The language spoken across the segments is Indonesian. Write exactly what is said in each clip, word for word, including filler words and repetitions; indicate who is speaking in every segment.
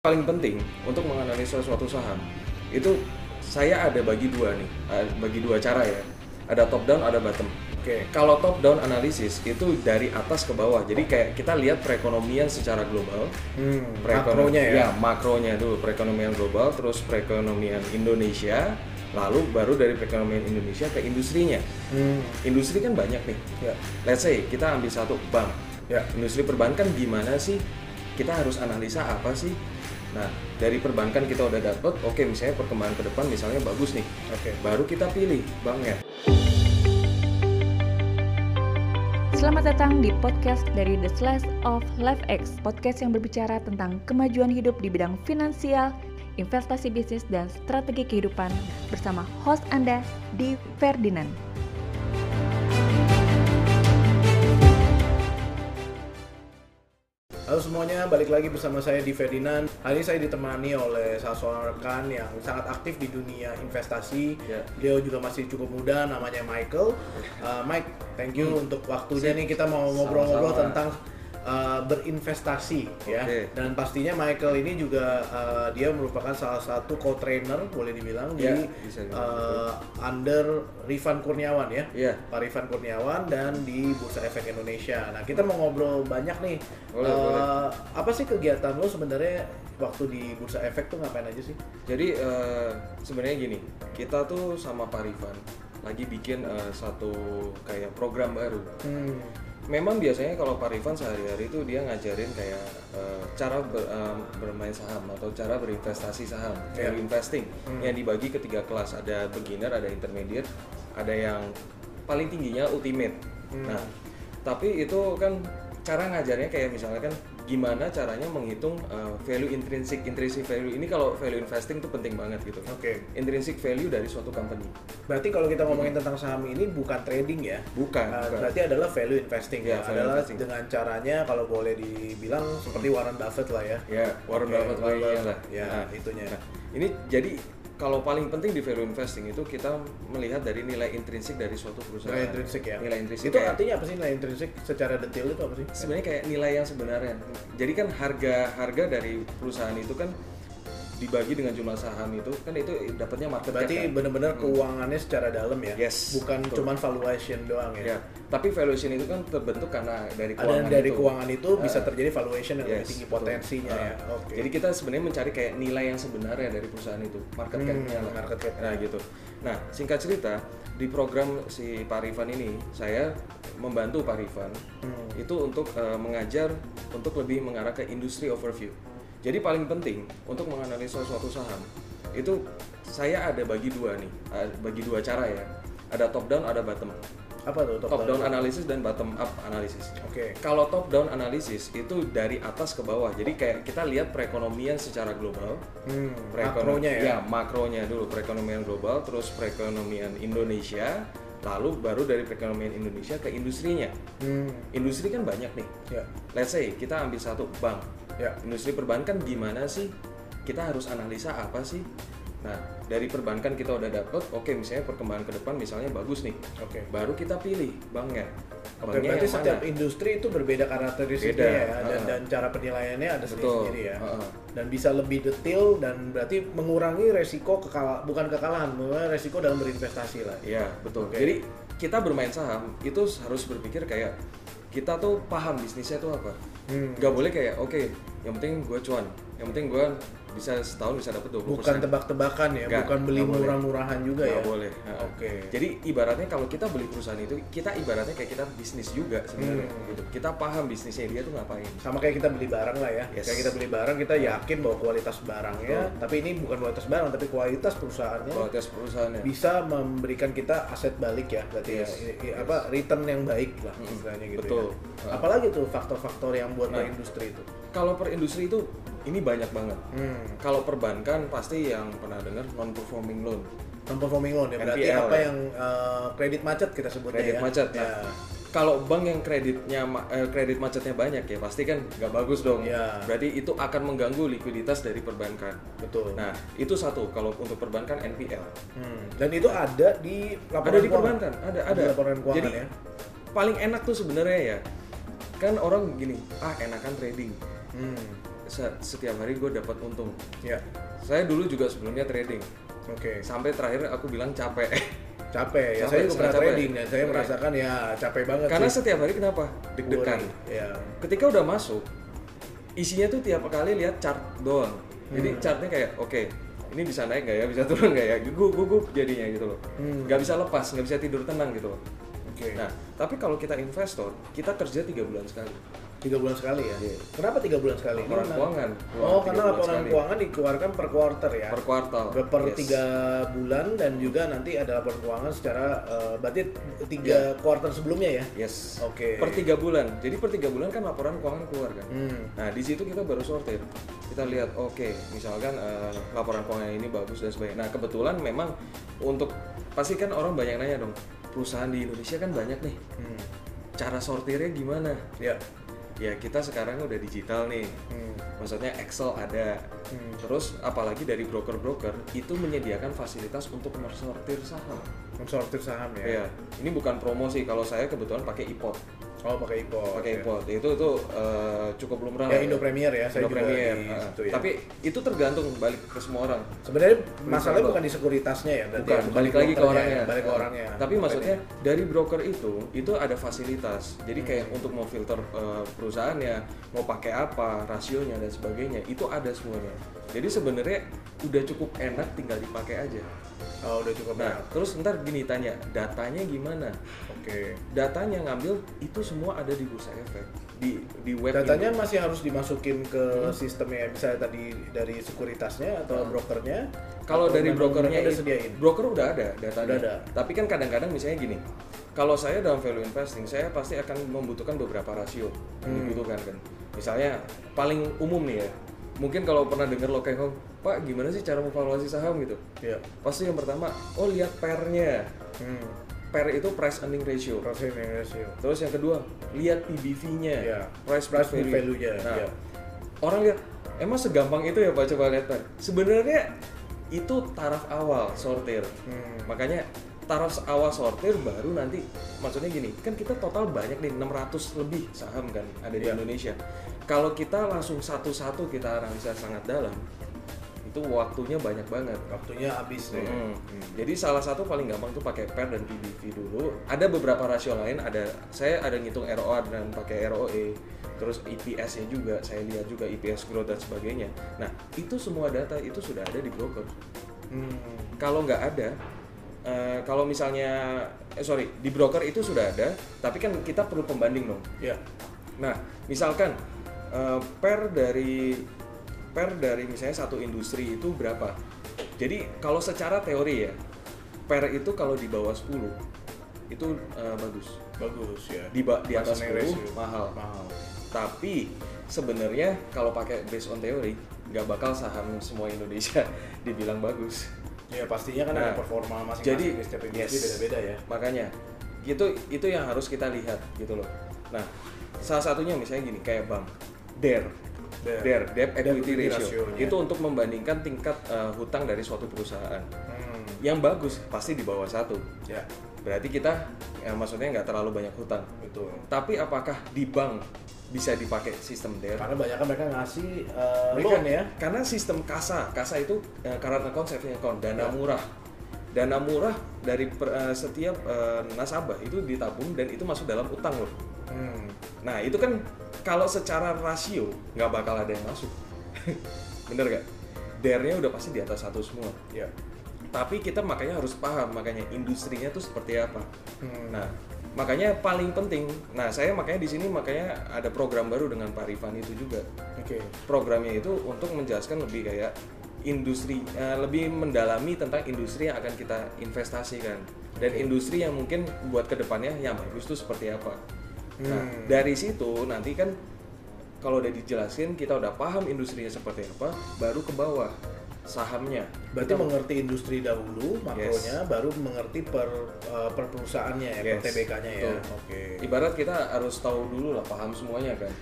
Speaker 1: Paling penting untuk menganalisa suatu saham itu saya ada bagi dua nih, bagi dua cara ya. Ada top down, ada bottom. Oke, kalau top down analisis itu dari atas ke bawah. Jadi kayak kita lihat perekonomian secara global.
Speaker 2: Hmm,
Speaker 1: Perekonom-
Speaker 2: makronya ya.
Speaker 1: Ya, makronya dulu perekonomian global, terus perekonomian Indonesia, lalu baru dari perekonomian Indonesia ke industrinya.
Speaker 2: Hmm,
Speaker 1: Industri kan banyak nih.
Speaker 2: ya.
Speaker 1: Let's say kita ambil satu bank.
Speaker 2: Ya.
Speaker 1: Industri perbankan gimana sih? Kita harus analisa apa sih? Nah, dari perbankan kita udah dapet, oke misalnya perkembangan ke depan misalnya bagus nih.
Speaker 2: Oke.
Speaker 1: Baru kita pilih banknya.
Speaker 3: Selamat datang di podcast dari The Slice of LifeX, podcast yang berbicara tentang kemajuan hidup di bidang finansial, investasi bisnis, dan strategi kehidupan bersama host Anda, Di Ferdinand.
Speaker 2: Halo semuanya, balik lagi bersama saya Di Ferdinand. Hari ini saya ditemani oleh salah seorang rekan yang sangat aktif di dunia investasi.
Speaker 1: Ya.
Speaker 2: Beliau juga masih cukup muda, namanya Michael. Uh, Mike, thank you
Speaker 1: Hmm.
Speaker 2: untuk waktunya
Speaker 1: Sip.
Speaker 2: nih, kita mau ngobrol-ngobrol
Speaker 1: Sama-sama.
Speaker 2: tentang uh, berinvestasi ya.
Speaker 1: Oke.
Speaker 2: Dan pastinya Michael ini juga uh, dia merupakan salah satu co-trainer boleh dibilang
Speaker 1: Ya,
Speaker 2: di
Speaker 1: bisa dibilang
Speaker 2: uh, under Rifan Kurniawan ya.
Speaker 1: Iya.
Speaker 2: Pak Rifan Kurniawan dan di Bursa Efek Indonesia. Nah, kita mau ngobrol banyak nih.
Speaker 1: Boleh,
Speaker 2: Eh,
Speaker 1: boleh.
Speaker 2: Apa sih kegiatan lo sebenarnya waktu di Bursa Efek tuh ngapain aja sih?
Speaker 1: Jadi eh, sebenarnya gini, kita tuh sama Pak Rifan lagi bikin eh, satu kayak program baru.
Speaker 2: Hmm.
Speaker 1: Memang biasanya kalau Pak Rifan sehari-hari itu dia ngajarin kayak eh, cara ber- eh, bermain saham atau cara berinvestasi saham,
Speaker 2: Ya.
Speaker 1: value investing,
Speaker 2: Hmm.
Speaker 1: yang dibagi ke tiga kelas. Ada beginner, ada intermediate, ada yang paling tingginya ultimate.
Speaker 2: Hmm.
Speaker 1: Nah, tapi itu kan cara ngajarnya kayak misalnya kan gimana caranya menghitung uh, value intrinsic. Intrinsic value ini kalau value investing tuh penting banget gitu.
Speaker 2: Oke.
Speaker 1: Intrinsic value dari suatu company.
Speaker 2: Berarti kalau kita ngomongin tentang saham ini bukan trading ya?
Speaker 1: Bukan,
Speaker 2: Uh,
Speaker 1: bukan.
Speaker 2: Berarti adalah value investing
Speaker 1: Ya,
Speaker 2: ya.
Speaker 1: value
Speaker 2: Adalah
Speaker 1: investing.
Speaker 2: dengan caranya kalau boleh dibilang seperti Warren Buffett lah ya.
Speaker 1: Ya, Warren
Speaker 2: Oke,
Speaker 1: Buffett
Speaker 2: Warren
Speaker 1: way-nya
Speaker 2: Buffett.
Speaker 1: lah.
Speaker 2: Ya,
Speaker 1: Nah,
Speaker 2: itunya.
Speaker 1: Nah, ini jadi kalau paling penting di value investing itu kita melihat dari nilai intrinsik dari suatu perusahaan.
Speaker 2: Nilai intrinsik ya.
Speaker 1: Nilai intrinsik
Speaker 2: Itu
Speaker 1: kayak-
Speaker 2: artinya apa sih nilai intrinsik secara detail itu apa sih?
Speaker 1: sebenarnya kayak nilai yang sebenarnya. Jadi kan harga harga dari perusahaan itu kan dibagi dengan jumlah saham itu kan itu dapatnya market cap.
Speaker 2: Berarti
Speaker 1: kan?
Speaker 2: benar-benar
Speaker 1: Hmm.
Speaker 2: keuangannya secara dalam ya.
Speaker 1: Yes,
Speaker 2: Bukan
Speaker 1: betul.
Speaker 2: cuman valuation doang ya.
Speaker 1: Ya, tapi valuation itu kan terbentuk karena dari
Speaker 2: Ada
Speaker 1: keuangan
Speaker 2: dari
Speaker 1: itu.
Speaker 2: keuangan itu bisa
Speaker 1: Ah.
Speaker 2: terjadi valuation yang lebih
Speaker 1: Yes,
Speaker 2: tinggi
Speaker 1: betul.
Speaker 2: potensinya
Speaker 1: Ah.
Speaker 2: ya. Oke.
Speaker 1: Jadi kita sebenarnya mencari kayak nilai yang sebenarnya dari perusahaan itu, market
Speaker 2: Hmm,
Speaker 1: cap-nya lah.
Speaker 2: market cap.
Speaker 1: Nah, gitu. Nah, singkat cerita, di program si Pak Rifan ini, saya membantu Pak Rifan
Speaker 2: Hmm.
Speaker 1: itu untuk eh, mengajar untuk lebih mengarah ke industry overview. Jadi paling penting untuk menganalisa suatu saham itu saya ada bagi dua nih, eh, bagi dua cara ya. Ada top down, ada bottom.
Speaker 2: Apa tuh
Speaker 1: Top down analisis dan bottom up analisis.
Speaker 2: Oke.
Speaker 1: Kalau top down analisis itu dari atas ke bawah. Jadi kayak kita lihat perekonomian secara global.
Speaker 2: Hmm,
Speaker 1: Perekonom-
Speaker 2: makronya ya.
Speaker 1: Ya, makronya dulu perekonomian global, terus perekonomian Indonesia, lalu baru dari perekonomian Indonesia ke industrinya.
Speaker 2: Hmm,
Speaker 1: Industri kan banyak nih.
Speaker 2: ya.
Speaker 1: Let's say kita ambil satu bank.
Speaker 2: Ya.
Speaker 1: Industri perbankan gimana sih? Kita harus analisa apa sih? Nah, dari perbankan kita udah dapet, oke misalnya perkembangan ke depan misalnya bagus nih.
Speaker 2: Oke.
Speaker 1: Baru kita pilih banknya.
Speaker 2: Oke,
Speaker 1: Banknya
Speaker 2: berarti
Speaker 1: yang
Speaker 2: setiap
Speaker 1: mana?
Speaker 2: industri itu berbeda karakteristiknya
Speaker 1: Beda,
Speaker 2: ya, dan,
Speaker 1: uh-uh.
Speaker 2: dan cara penilaiannya ada
Speaker 1: Betul,
Speaker 2: sendiri-sendiri ya.
Speaker 1: uh-uh.
Speaker 2: Dan bisa lebih detail dan berarti mengurangi resiko kekalahan, bukan kekalahan, mengurangi resiko dalam berinvestasi lah.
Speaker 1: Iya, betul.
Speaker 2: Oke.
Speaker 1: Jadi kita bermain saham itu harus berpikir kayak kita tuh paham bisnisnya tuh apa.
Speaker 2: Hmm.
Speaker 1: Gak boleh kayak oke, yang penting gue cuan, yang penting gue bisa setahun bisa dapat dua puluh persen.
Speaker 2: Bukan tebak-tebakan ya,
Speaker 1: Nggak,
Speaker 2: bukan beli
Speaker 1: nggak boleh.
Speaker 2: murah-murahan juga ya.
Speaker 1: Nggak boleh. Nah,
Speaker 2: Oke.
Speaker 1: Jadi ibaratnya kalau kita beli perusahaan itu, kita ibaratnya kayak kita bisnis juga sebenarnya
Speaker 2: Hmm.
Speaker 1: gitu. Kita paham bisnisnya dia tuh ngapain.
Speaker 2: Sama kayak kita beli barang lah ya.
Speaker 1: Yes.
Speaker 2: Kayak kita beli barang, kita yakin bahwa kualitas barangnya, tapi ini bukan kualitas barang, tapi kualitas perusahaannya
Speaker 1: Kualitas perusahaannya.
Speaker 2: bisa memberikan kita aset balik ya, berarti
Speaker 1: Yes.
Speaker 2: ya, i- i- apa return yang baik lah
Speaker 1: Mm-mm.
Speaker 2: istilahnya gitu.
Speaker 1: Betul.
Speaker 2: Ya. Apalagi tuh faktor-faktor yang buat
Speaker 1: Nah.
Speaker 2: industri itu.
Speaker 1: Kalau per industri itu ini banyak banget.
Speaker 2: Hmm.
Speaker 1: Kalau perbankan pasti yang pernah dengar non performing loan.
Speaker 2: Non-performing loan ya, berarti
Speaker 1: N P L
Speaker 2: apa
Speaker 1: ya.
Speaker 2: yang uh, kredit macet kita sebutnya
Speaker 1: Kredit
Speaker 2: ya.
Speaker 1: macet.
Speaker 2: Ya.
Speaker 1: Nah, kalau bank yang kreditnya ma- eh, kredit macetnya banyak ya pasti kan nggak bagus dong.
Speaker 2: Ya.
Speaker 1: Berarti itu akan mengganggu likuiditas dari perbankan.
Speaker 2: Betul.
Speaker 1: Nah, itu satu kalau untuk perbankan N P L.
Speaker 2: Hmm. Dan itu ada di laporan
Speaker 1: Ada di
Speaker 2: keuangan.
Speaker 1: perbankan, ada ada.
Speaker 2: Di laporan keuangan
Speaker 1: Jadi
Speaker 2: ya.
Speaker 1: paling enak tuh sebenarnya ya. Kan orang gini, ah enakan trading.
Speaker 2: Hmm.
Speaker 1: se- setiap hari gue dapat untung.
Speaker 2: Ya.
Speaker 1: Saya dulu juga sebelumnya trading.
Speaker 2: Oke.
Speaker 1: Sampai terakhir aku bilang capek.
Speaker 2: Capek ya.
Speaker 1: Capek,
Speaker 2: Saya juga pernah
Speaker 1: capek.
Speaker 2: trading dan saya
Speaker 1: Oke.
Speaker 2: merasakan ya capek banget
Speaker 1: Karena
Speaker 2: sih.
Speaker 1: setiap hari kenapa? Deg-degan.
Speaker 2: Ya.
Speaker 1: Ketika udah masuk, isinya tuh tiap kali lihat chart doang. Jadi
Speaker 2: Hmm.
Speaker 1: chartnya kayak oke, ini bisa naik nggak ya, bisa turun nggak ya, gugup gugup jadinya gitu loh.
Speaker 2: Hmm.
Speaker 1: Nggak bisa lepas, nggak bisa tidur tenang gitu loh.
Speaker 2: Oke.
Speaker 1: Nah, tapi kalau kita investor, kita kerja tiga bulan sekali.
Speaker 2: Tiga bulan sekali ya.
Speaker 1: Iya.
Speaker 2: Kenapa tiga bulan sekali?
Speaker 1: Laporan
Speaker 2: Ini
Speaker 1: keuangan.
Speaker 2: Oh,
Speaker 1: Tiga
Speaker 2: karena
Speaker 1: bulan
Speaker 2: laporan
Speaker 1: sekali.
Speaker 2: keuangan dikeluarkan per quarter ya.
Speaker 1: Per kuartal.
Speaker 2: Per
Speaker 1: Yes.
Speaker 2: tiga bulan dan juga nanti ada laporan keuangan secara eh, berarti tiga quarter sebelumnya ya.
Speaker 1: Yes.
Speaker 2: Oke.
Speaker 1: Per tiga bulan. Jadi per tiga bulan kan laporan keuangan keluar kan.
Speaker 2: Hmm.
Speaker 1: Nah di situ kita baru sortir. Kita lihat, oke, misalkan eh, laporan keuangan ini bagus dan sebagainya. Nah kebetulan memang untuk pasti kan orang banyak nanya dong, perusahaan di Indonesia kan banyak nih.
Speaker 2: Hmm.
Speaker 1: Cara sortirnya gimana?
Speaker 2: Ya.
Speaker 1: Ya kita sekarang udah digital nih.
Speaker 2: Hmm.
Speaker 1: Maksudnya Excel ada.
Speaker 2: Hmm.
Speaker 1: Terus apalagi dari broker-broker itu menyediakan fasilitas untuk mensortir saham.
Speaker 2: Mensortir saham ya.
Speaker 1: Iya. Ini bukan promosi. Kalau saya kebetulan pakai I P O T.
Speaker 2: Oh, pakai I P O.
Speaker 1: Pakai
Speaker 2: ya.
Speaker 1: I P O T itu tuh eh, cukup lumrah.
Speaker 2: Ya
Speaker 1: lah
Speaker 2: Indo Premier ya, saya
Speaker 1: Indo
Speaker 2: juga
Speaker 1: Premier.
Speaker 2: di
Speaker 1: Heeh.
Speaker 2: situ ya.
Speaker 1: Tapi itu tergantung balik ke semua orang.
Speaker 2: Sebenarnya masalahnya
Speaker 1: Kalau-
Speaker 2: bukan di sekuritasnya ya, berarti
Speaker 1: Bukan,
Speaker 2: ya,
Speaker 1: balik lagi ke
Speaker 2: brokernya
Speaker 1: orangnya.
Speaker 2: ya, balik ke
Speaker 1: Nah,
Speaker 2: orangnya.
Speaker 1: Tapi
Speaker 2: Bukan
Speaker 1: maksudnya
Speaker 2: ya.
Speaker 1: dari broker itu itu ada fasilitas. Jadi kayak
Speaker 2: Hmm.
Speaker 1: untuk mau filter eh, perusahaannya, mau pakai apa, rasionya dan sebagainya, itu ada semuanya. Jadi sebenarnya udah cukup enak, tinggal dipakai aja.
Speaker 2: Oh, udah cukup
Speaker 1: Nah,
Speaker 2: enak.
Speaker 1: terus ntar gini tanya, datanya gimana?
Speaker 2: Oke.
Speaker 1: Datanya ngambil itu semua ada di Bursa Efek, di di web.
Speaker 2: Datanya
Speaker 1: Indo.
Speaker 2: masih harus dimasukin ke
Speaker 1: Hmm.
Speaker 2: sistemnya, bisa tadi dari sekuritasnya atau
Speaker 1: Hmm.
Speaker 2: brokernya.
Speaker 1: Kalau
Speaker 2: atau
Speaker 1: dari
Speaker 2: memang
Speaker 1: brokernya
Speaker 2: mereka udah
Speaker 1: itu-
Speaker 2: sediain.
Speaker 1: broker udah ada datanya.
Speaker 2: Udah ada.
Speaker 1: Tapi kan kadang-kadang misalnya gini, kalau saya dalam value investing, saya pasti akan membutuhkan beberapa rasio yang
Speaker 2: Hmm.
Speaker 1: dibutuhkan kan. Misalnya paling umum nih ya, mungkin kalau pernah dengar lo kayak Hong, Pak gimana sih cara memvaluasi saham gitu?
Speaker 2: Iya.
Speaker 1: Pasti yang pertama, oh lihat pair-nya.
Speaker 2: Hmm.
Speaker 1: Pair itu price earning ratio.
Speaker 2: Price earning ratio.
Speaker 1: Terus yang kedua, lihat P B V-nya,
Speaker 2: Iya.
Speaker 1: price
Speaker 2: Price
Speaker 1: book
Speaker 2: book
Speaker 1: value.
Speaker 2: value-nya,
Speaker 1: Nah,
Speaker 2: iya.
Speaker 1: orang lihat, emang segampang itu ya Pak coba lihat pair. Sebenarnya itu taraf awal sortir.
Speaker 2: Hmm.
Speaker 1: Makanya taraf awal sortir baru nanti, maksudnya gini, kan kita total banyak nih enam ratus lebih saham kan ada di
Speaker 2: Iya.
Speaker 1: Indonesia. Kalau kita langsung satu-satu kita analisa sangat dalam, itu waktunya banyak banget.
Speaker 2: Waktunya habis nih.
Speaker 1: Mm.
Speaker 2: Hmm.
Speaker 1: Jadi salah satu paling gampang tuh pakai pair dan P B V dulu. Ada beberapa rasio lain, ada saya ada ngitung R O A dan pakai R O E. Terus E P S-nya juga, saya lihat juga E P S growth dan sebagainya. Nah, itu semua data itu sudah ada di broker.
Speaker 2: Hmm.
Speaker 1: Kalau nggak ada, eh, kalau misalnya, eh sorry, di broker itu sudah ada, tapi kan kita perlu pembanding dong.
Speaker 2: Ya.
Speaker 1: Nah, misalkan eh, pair dari pair dari misalnya satu industri itu berapa? Jadi kalau secara teori ya, pair itu kalau di bawah sepuluh itu eh, bagus.
Speaker 2: Bagus ya.
Speaker 1: Di, ba- di atas
Speaker 2: Price earning
Speaker 1: sepuluh
Speaker 2: ratio.
Speaker 1: mahal.
Speaker 2: Mahal.
Speaker 1: Tapi sebenarnya kalau pakai based on teori nggak bakal saham semua Indonesia dibilang bagus.
Speaker 2: Ya pastinya kan
Speaker 1: Nah,
Speaker 2: ada performa masing-masing
Speaker 1: jadi,
Speaker 2: di setiap industri
Speaker 1: yes.
Speaker 2: beda-beda ya.
Speaker 1: Makanya itu itu yang harus kita lihat gitu loh. Nah, salah satunya misalnya gini kayak bank, D E R,
Speaker 2: D E R.
Speaker 1: D E R, debt
Speaker 2: Debt
Speaker 1: equity
Speaker 2: equity
Speaker 1: ratio,
Speaker 2: ratio-nya.
Speaker 1: itu untuk membandingkan tingkat uh, hutang dari suatu perusahaan.
Speaker 2: Hmm.
Speaker 1: Yang bagus pasti di bawah satu.
Speaker 2: Ya,
Speaker 1: Berarti kita, ya maksudnya nggak terlalu banyak hutang.
Speaker 2: betul.
Speaker 1: Tapi apakah di bank bisa dipakai sistem D E R?
Speaker 2: Karena banyak kan mereka ngasih uh,
Speaker 1: Mereka-
Speaker 2: loan ya.
Speaker 1: Karena sistem kasa, kasa itu uh, current account, saving account, dana
Speaker 2: Ya.
Speaker 1: murah. Dana murah dari per- uh, setiap uh, nasabah itu ditabung dan itu masuk dalam utang loh.
Speaker 2: Hmm.
Speaker 1: Nah itu kan kalau secara rasio nggak bakal ada yang masuk. Bener gak? D E R-nya udah pasti di atas satu semua.
Speaker 2: Ya.
Speaker 1: Tapi kita makanya harus paham makanya industrinya tuh seperti apa.
Speaker 2: Hmm.
Speaker 1: Nah makanya paling penting. Nah saya makanya di sini makanya ada program baru dengan Pak Rifan itu juga.
Speaker 2: Oke.
Speaker 1: Programnya itu untuk menjelaskan lebih kayak industri, eh, lebih mendalami tentang industri yang akan kita investasikan dan
Speaker 2: Oke.
Speaker 1: industri yang mungkin buat kedepannya yang bagus itu seperti apa. Nah
Speaker 2: Hmm.
Speaker 1: dari situ nanti kan kalau udah dijelasin kita udah paham industrinya seperti apa, baru ke bawah sahamnya.
Speaker 2: Berarti
Speaker 1: Kita-
Speaker 2: mengerti industri dahulu, makronya, baru mengerti per uh, per perusahaannya ya,
Speaker 1: Yes,
Speaker 2: per T B K-nya ya.
Speaker 1: betul.
Speaker 2: Oke.
Speaker 1: Ibarat kita harus tahu dulu lah, paham semuanya kan.
Speaker 2: Hmm.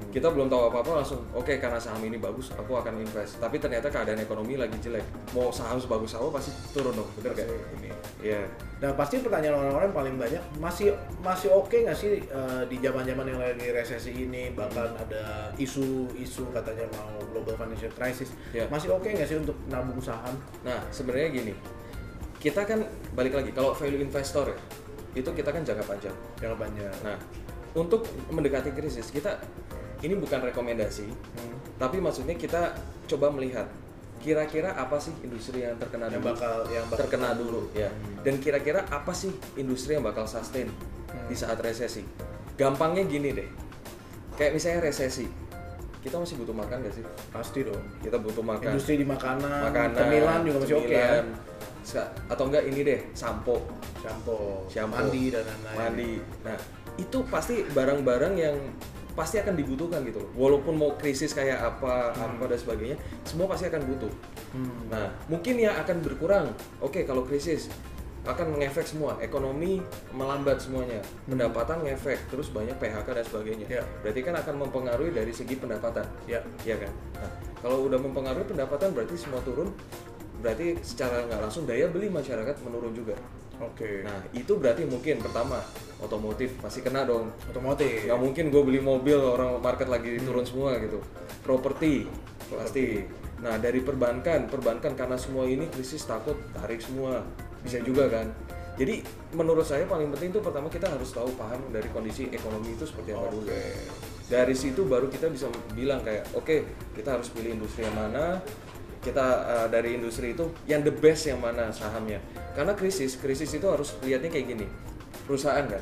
Speaker 1: Kita belum tahu apa-apa langsung oke okay, karena saham ini bagus aku akan invest. Tapi ternyata keadaan ekonomi lagi jelek. Mau saham sebagus apa pasti turun dong, bener gak?
Speaker 2: Ini.
Speaker 1: Iya.
Speaker 2: Nah pasti pertanyaan orang-orang paling banyak masih masih oke okay nggak sih uh, di zaman-zaman yang lagi resesi ini, bahkan ada isu-isu katanya mau global financial crisis, yeah. masih oke okay nggak sih untuk nabung saham?
Speaker 1: Nah sebenarnya gini, kita kan balik lagi kalau value investor ya, itu kita kan jangka panjang.
Speaker 2: Jangka panjang.
Speaker 1: Nah untuk mendekati krisis kita ini bukan rekomendasi, hmm. tapi maksudnya kita coba melihat kira-kira apa sih industri yang terkena
Speaker 2: yang
Speaker 1: dulu,
Speaker 2: bakal yang bakal
Speaker 1: terkena dulu ya, hmm. dan kira-kira apa sih industri yang bakal sustain hmm. di saat resesi. Gampangnya gini deh, kayak misalnya resesi, kita masih butuh makan gak sih?
Speaker 2: Pasti dong.
Speaker 1: Kita butuh makan.
Speaker 2: Industri di makanan,
Speaker 1: makanan
Speaker 2: cemilan juga masih oke okay, ya.
Speaker 1: Atau enggak ini deh, sampo,
Speaker 2: sampo,
Speaker 1: Shampoo,
Speaker 2: mandi dan lain-lain.
Speaker 1: Mandi. Nah itu pasti barang-barang yang pasti akan dibutuhkan gitu loh. Walaupun mau krisis kayak apa, hmm. apa dan sebagainya, semua pasti akan butuh. Hmm. Nah, mungkin ya akan berkurang. Oke, kalau krisis akan mengefek semua, ekonomi melambat semuanya, pendapatan ngefek, terus banyak P H K dan sebagainya. Ya. Berarti kan akan mempengaruhi dari segi pendapatan. Ya, ya kan. Nah, kalau udah mempengaruhi pendapatan berarti semua turun. Berarti secara nggak langsung daya beli masyarakat menurun juga.
Speaker 2: Oke. Okay.
Speaker 1: Nah itu berarti mungkin pertama otomotif pasti kena dong.
Speaker 2: Otomotif.
Speaker 1: Nggak mungkin gue beli mobil orang market lagi hmm. turun semua gitu. Properti pasti. Nah dari perbankan, perbankan karena semua ini krisis takut tarik semua bisa juga kan. Jadi menurut saya paling penting itu pertama kita harus tahu paham dari kondisi ekonomi itu seperti apa dulu.
Speaker 2: Okay.
Speaker 1: Dari situ baru kita bisa bilang kayak oke okay, kita harus pilih industri yang mana. Kita uh, dari industri itu yang the best yang mana sahamnya, karena krisis krisis itu harus lihatnya kayak gini, perusahaan kan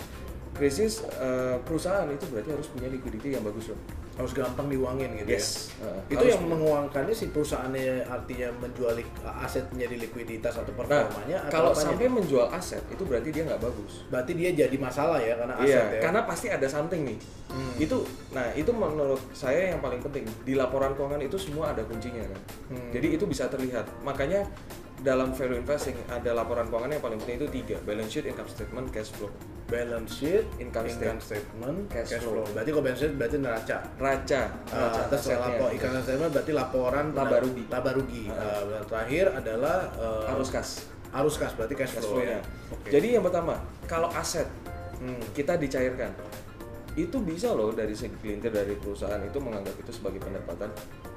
Speaker 1: krisis uh, perusahaan itu berarti harus punya liquidity yang bagus loh,
Speaker 2: harus gampang diuangin gitu.
Speaker 1: Yes.
Speaker 2: Ya. Uh, itu yang menguangkannya si perusahaannya, artinya menjual aset menjadi likuiditas atau performanya.
Speaker 1: Nah, kalau sampai itu? Menjual aset itu berarti dia nggak bagus.
Speaker 2: Berarti dia jadi masalah ya karena aset
Speaker 1: iya,
Speaker 2: ya.
Speaker 1: Karena pasti ada something nih. Hmm. Itu, nah itu menurut saya yang paling penting di laporan keuangan itu semua ada kuncinya kan. Hmm. Jadi itu bisa terlihat. Makanya dalam value investing ada laporan keuangan yang paling penting itu tiga: balance sheet, income statement, cash flow.
Speaker 2: Balance sheet,
Speaker 1: income,
Speaker 2: income statement, cash, cash flow. flow. Berarti kalau balance sheet berarti neraca.
Speaker 1: Raca.
Speaker 2: Uh, terus lapor income statement berarti laporan
Speaker 1: laba rugi.
Speaker 2: Laba rugi. Uh, uh, terakhir adalah uh,
Speaker 1: arus kas.
Speaker 2: Arus kas berarti cash, cash flow.
Speaker 1: Ya. Okay. Jadi yang pertama, kalau aset hmm. kita dicairkan, itu bisa loh dari segelintir dari perusahaan itu menganggap itu sebagai pendapatan.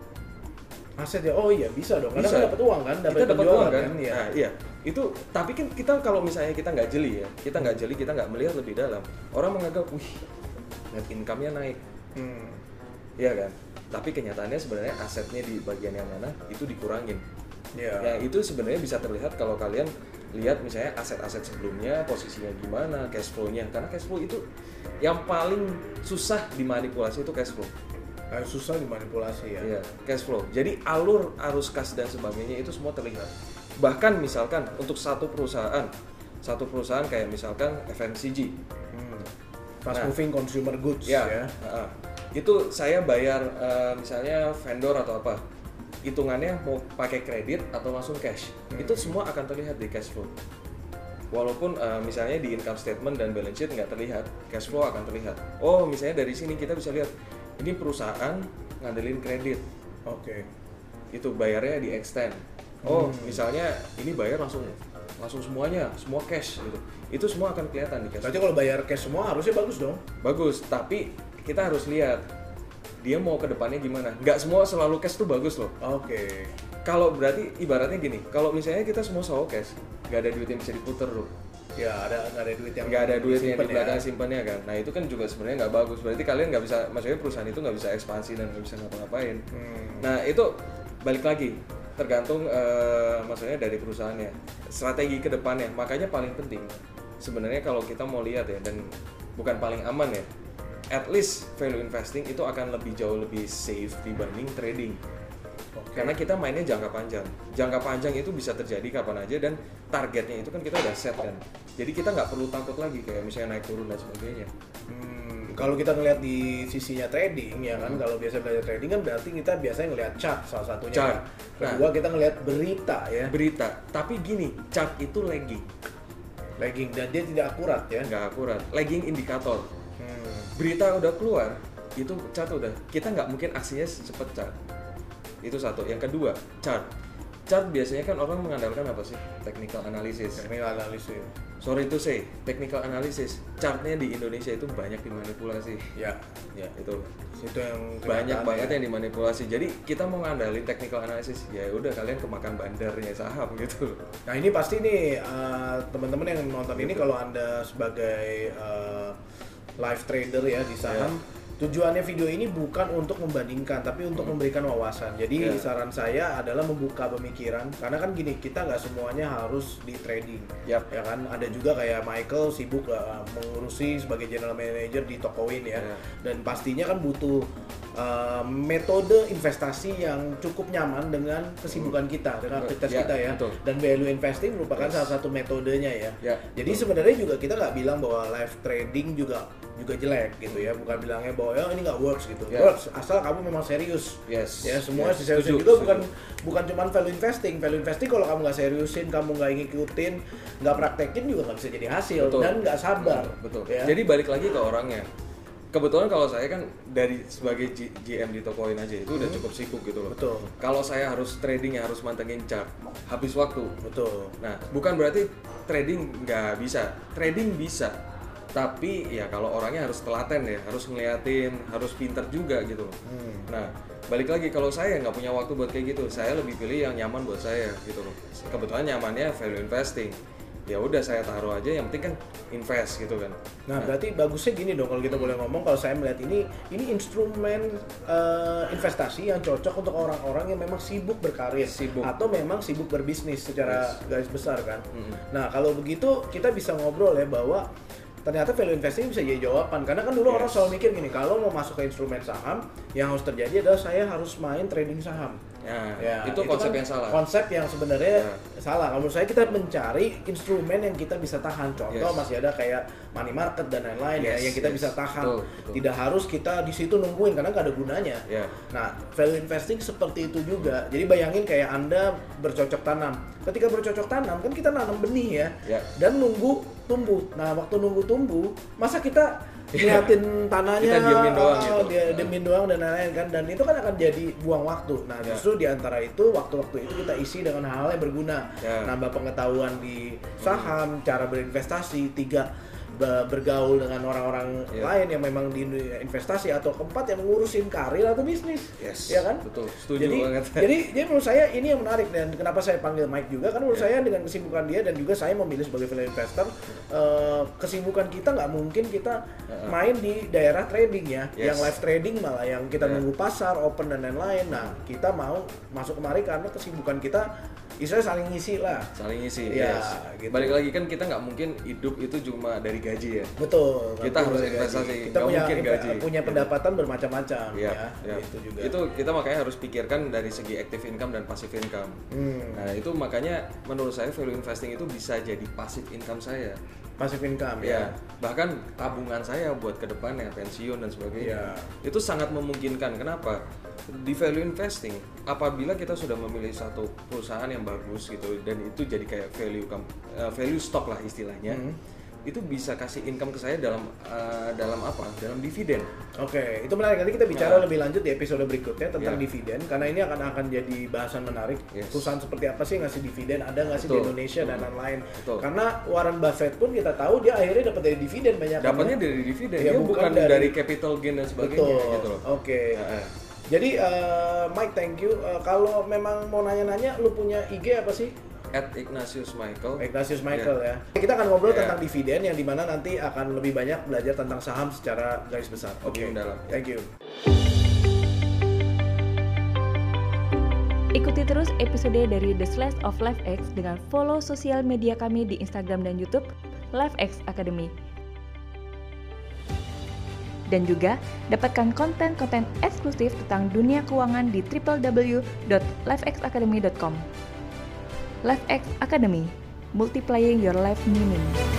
Speaker 2: Aset ya, oh iya bisa dong, karena
Speaker 1: bisa.
Speaker 2: Kan dapat uang kan, dapat
Speaker 1: kita dapat uang kan,
Speaker 2: kan? Ya.
Speaker 1: Nah, iya itu, tapi kan kita kalau misalnya kita nggak jeli ya, kita nggak jeli, kita nggak melihat lebih dalam, orang menganggap, wih, net income-nya naik, hmm. iya kan, tapi kenyataannya sebenarnya asetnya di bagian yang mana itu dikurangin, ya, ya itu sebenarnya bisa terlihat kalau kalian lihat misalnya aset-aset sebelumnya posisinya gimana, cash flow-nya, karena cash flow itu yang paling susah dimanipulasi itu cash flow.
Speaker 2: Kayak susah dimanipulasi ya.
Speaker 1: Iya, cash flow. Jadi alur arus kas dan sebagainya itu semua terlihat. Bahkan misalkan untuk satu perusahaan, satu perusahaan kayak misalkan F M C G, hmm.
Speaker 2: fast nah, moving consumer goods
Speaker 1: ya.
Speaker 2: ya.
Speaker 1: Uh, itu saya bayar uh, misalnya vendor atau apa, hitungannya mau pakai kredit atau langsung cash, hmm. itu semua akan terlihat di cash flow. Walaupun uh, misalnya di income statement dan balance sheet nggak terlihat, cash flow akan terlihat. Oh, misalnya dari sini kita bisa lihat. Ini perusahaan ngandelin kredit,
Speaker 2: oke, okay.
Speaker 1: itu bayarnya di extend. Oh, hmm. misalnya ini bayar langsung, langsung semuanya, semua cash gitu. Itu semua akan kelihatan di cash.
Speaker 2: Berarti kalau bayar cash semua harusnya bagus dong?
Speaker 1: Bagus, tapi kita harus lihat dia mau ke depannya gimana. Nggak semua selalu cash tuh bagus loh.
Speaker 2: Oke. Okay.
Speaker 1: Kalau berarti ibaratnya gini, kalau misalnya kita semua selalu cash, nggak ada duit yang bisa diputer loh.
Speaker 2: Ya ada nggak ada duit yang
Speaker 1: nggak ada duit yang di belakang ya. Simpannya kan, nah itu kan juga sebenarnya nggak bagus. Berarti kalian nggak bisa, maksudnya perusahaan itu nggak bisa ekspansi dan nggak bisa ngapa-ngapain. Hmm. Nah itu balik lagi tergantung uh, maksudnya dari perusahaannya, strategi ke depannya. Makanya paling penting sebenarnya kalau kita mau lihat ya, dan bukan paling aman ya, at least value investing itu akan lebih jauh lebih safe dibanding trading. Okay. Karena kita mainnya jangka panjang. Jangka panjang itu bisa terjadi kapan aja dan targetnya itu kan kita udah set kan. Jadi kita nggak perlu takut lagi kayak misalnya naik turun dan sebagainya.
Speaker 2: Hmm, kalau kita ngelihat di sisinya trading ya kan, hmm. kalau biasa belajar trading kan berarti kita biasanya ngelihat chart salah satunya. Chart. Kan? Kedua nah, kita ngelihat berita ya.
Speaker 1: Berita. Tapi gini, chart itu lagging.
Speaker 2: Lagging dan dia tidak akurat ya.
Speaker 1: Nggak akurat. Lagging indikator. Hmm. Berita udah keluar, itu chart udah, kita nggak mungkin aksinya secepat chart. Itu satu. Yang kedua, chart. Chart biasanya kan orang mengandalkan apa sih? Technical analysis.
Speaker 2: Technical analysis.
Speaker 1: Sorry to say, technical analysis. Chartnya di Indonesia itu banyak dimanipulasi.
Speaker 2: Ya, ya
Speaker 1: itu.
Speaker 2: Itu yang
Speaker 1: banyak banget ya. yang dimanipulasi. Jadi kita mau ngandalin technical analysis, ya udah kalian kemakan bandarnya saham gitu.
Speaker 2: Nah ini pasti nih uh, teman-teman yang nonton gitu. Ini kalau Anda sebagai uh, live trader ya di saham. Ya. Tujuannya video ini bukan untuk membandingkan, tapi untuk hmm. memberikan wawasan. Jadi yeah. saran saya adalah membuka pemikiran, karena kan gini, kita nggak semuanya harus di trading, yep. ya kan? Ada juga kayak Michael sibuk uh, mengurusi sebagai general manager di Tokoin ya, yeah. dan pastinya kan butuh uh, metode investasi yang cukup nyaman dengan kesibukan hmm. kita, dengan aktivitas yeah, kita ya. Betul. Dan value investing merupakan yes. salah satu metodenya ya. Yeah, Jadi betul. sebenarnya juga kita nggak bilang bahwa live trading juga juga jelek gitu ya, bukan bilangnya bahwa ya ini nggak works gitu, yeah. works asal kamu memang serius,
Speaker 1: yes.
Speaker 2: ya semua yes. seriusin juga setuju. bukan bukan cuma value investing, value investing kalau kamu nggak seriusin, kamu nggak ngikutin, nggak praktekin juga nggak bisa jadi hasil, betul. dan nggak sabar,
Speaker 1: betul.
Speaker 2: Ya?
Speaker 1: Jadi balik lagi ke orangnya. Kebetulan kalau saya kan dari sebagai G- GM di Tokoin aja itu hmm. udah cukup sibuk gitu loh.
Speaker 2: Betul.
Speaker 1: Kalau saya harus trading ya harus mantengin chart, habis waktu.
Speaker 2: Betul.
Speaker 1: Nah, bukan berarti trading nggak bisa, trading bisa. Tapi ya kalau orangnya harus telaten ya, harus ngeliatin, harus pinter juga gitu loh. Hmm. Nah, balik lagi kalau saya nggak punya waktu buat kayak gitu, saya lebih pilih yang nyaman buat saya gitu loh. Kebetulan nyamannya value investing. Ya udah saya taruh aja, yang penting kan invest gitu kan.
Speaker 2: Nah, nah berarti bagusnya gini dong kalau kita hmm. boleh ngomong, kalau saya melihat ini ini instrumen uh, investasi yang cocok untuk orang-orang yang memang sibuk berkarir
Speaker 1: sibuk.
Speaker 2: atau memang sibuk berbisnis secara yes. garis besar kan. Hmm. Nah, kalau begitu kita bisa ngobrol ya bahwa ternyata value investing bisa jadi jawaban, karena kan dulu yes. orang selalu mikir gini, kalau mau masuk ke instrumen saham yang harus terjadi adalah saya harus main trading saham.
Speaker 1: Ya, ya itu, itu konsep kan yang salah.
Speaker 2: Konsep yang sebenarnya ya. salah. Kalau menurut saya kita mencari instrumen yang kita bisa tahan. Contoh yes. masih ada kayak money market dan lain-lain yes. ya yang kita yes. bisa tahan. Betul, betul. Tidak harus kita di situ nungguin karena nggak ada gunanya. Ya. Nah, value investing seperti itu juga. Jadi bayangin kayak Anda bercocok tanam. Ketika bercocok tanam kan kita nanam benih ya, ya. dan nunggu tumbuh. Nah, waktu nunggu tumbuh, masa kita liatin tanahnya,
Speaker 1: kita diemin doang gitu.
Speaker 2: dia diemin doang dan lain-lain kan, dan itu kan akan jadi buang waktu. Nah, ya. justru di antara itu waktu-waktu itu kita isi dengan hal-hal yang berguna, ya. nambah pengetahuan di saham, hmm. cara berinvestasi, tiga bergaul dengan orang-orang yeah. lain yang memang di investasi, atau keempat yang ngurusin karir atau bisnis,
Speaker 1: yes,
Speaker 2: ya kan?
Speaker 1: Betul, setuju
Speaker 2: jadi,
Speaker 1: banget.
Speaker 2: Jadi, jadi menurut saya ini yang menarik, dan kenapa saya panggil Mike juga, kan menurut yeah. saya dengan kesibukan dia dan juga saya memilih sebagai value investor, uh, kesibukan kita nggak mungkin kita uh-huh. main di daerah trading ya, yes. yang live trading malah yang kita yeah. nunggu pasar, open dan lain-lain. Nah, kita mau masuk kemari karena kesibukan kita istilahnya saling ngisi lah.
Speaker 1: Saling ngisi,
Speaker 2: ya,
Speaker 1: yes.
Speaker 2: gitu.
Speaker 1: Balik lagi kan kita nggak mungkin hidup itu cuma dari gaji ya.
Speaker 2: Betul.
Speaker 1: Kita harus investasi.
Speaker 2: Kita punya,
Speaker 1: mungkin gaji.
Speaker 2: punya pendapatan ya. bermacam-macam ya.
Speaker 1: ya. ya.
Speaker 2: Itu juga.
Speaker 1: Itu kita makanya harus pikirkan dari segi active income dan passive income. Hmm. Nah itu makanya menurut saya value investing itu bisa jadi passive income saya.
Speaker 2: Passive income
Speaker 1: ya. ya. Bahkan tabungan saya buat ke depannya, pensiun dan sebagainya. Ya. Itu sangat memungkinkan. Kenapa? Di value investing, apabila kita sudah memilih satu perusahaan yang bagus gitu dan itu jadi kayak value uh, value stock lah istilahnya, hmm. itu bisa kasih income ke saya dalam uh, dalam apa? Dalam dividen.
Speaker 2: Oke, okay. itu menarik. Nanti kita bicara nah. lebih lanjut di episode berikutnya tentang yeah. dividen, karena ini akan akan jadi bahasan menarik. Yes. Perusahaan seperti apa sih ngasih dividen? Ada nggak sih di Indonesia Betul. dan lain-lain? Betul. Karena Warren Buffett pun kita tahu dia akhirnya dapat dari dividen banyak.
Speaker 1: Dapatnya dari dividen, ya, dia bukan, bukan dari, dari capital gain dan sebagainya.
Speaker 2: Betul.
Speaker 1: Gitu loh.
Speaker 2: Oke. Okay. Nah, jadi uh, Mike, thank you. Uh, kalau memang mau nanya-nanya, lu punya I G apa sih?
Speaker 1: At Ignatius Michael.
Speaker 2: Ignatius Michael yeah. ya. Kita akan ngobrol yeah. tentang dividen yang dimana nanti akan lebih banyak belajar tentang saham secara garis besar.
Speaker 1: Oke. Okay.
Speaker 2: Thank you.
Speaker 3: Ikuti terus episode dari The Slash of LifeX dengan follow sosial media kami di Instagram dan YouTube LifeX Academy. Dan juga dapatkan konten-konten eksklusif tentang dunia keuangan di w w w dot lifex academy dot com. LifeX Academy, multiplying your life meaning.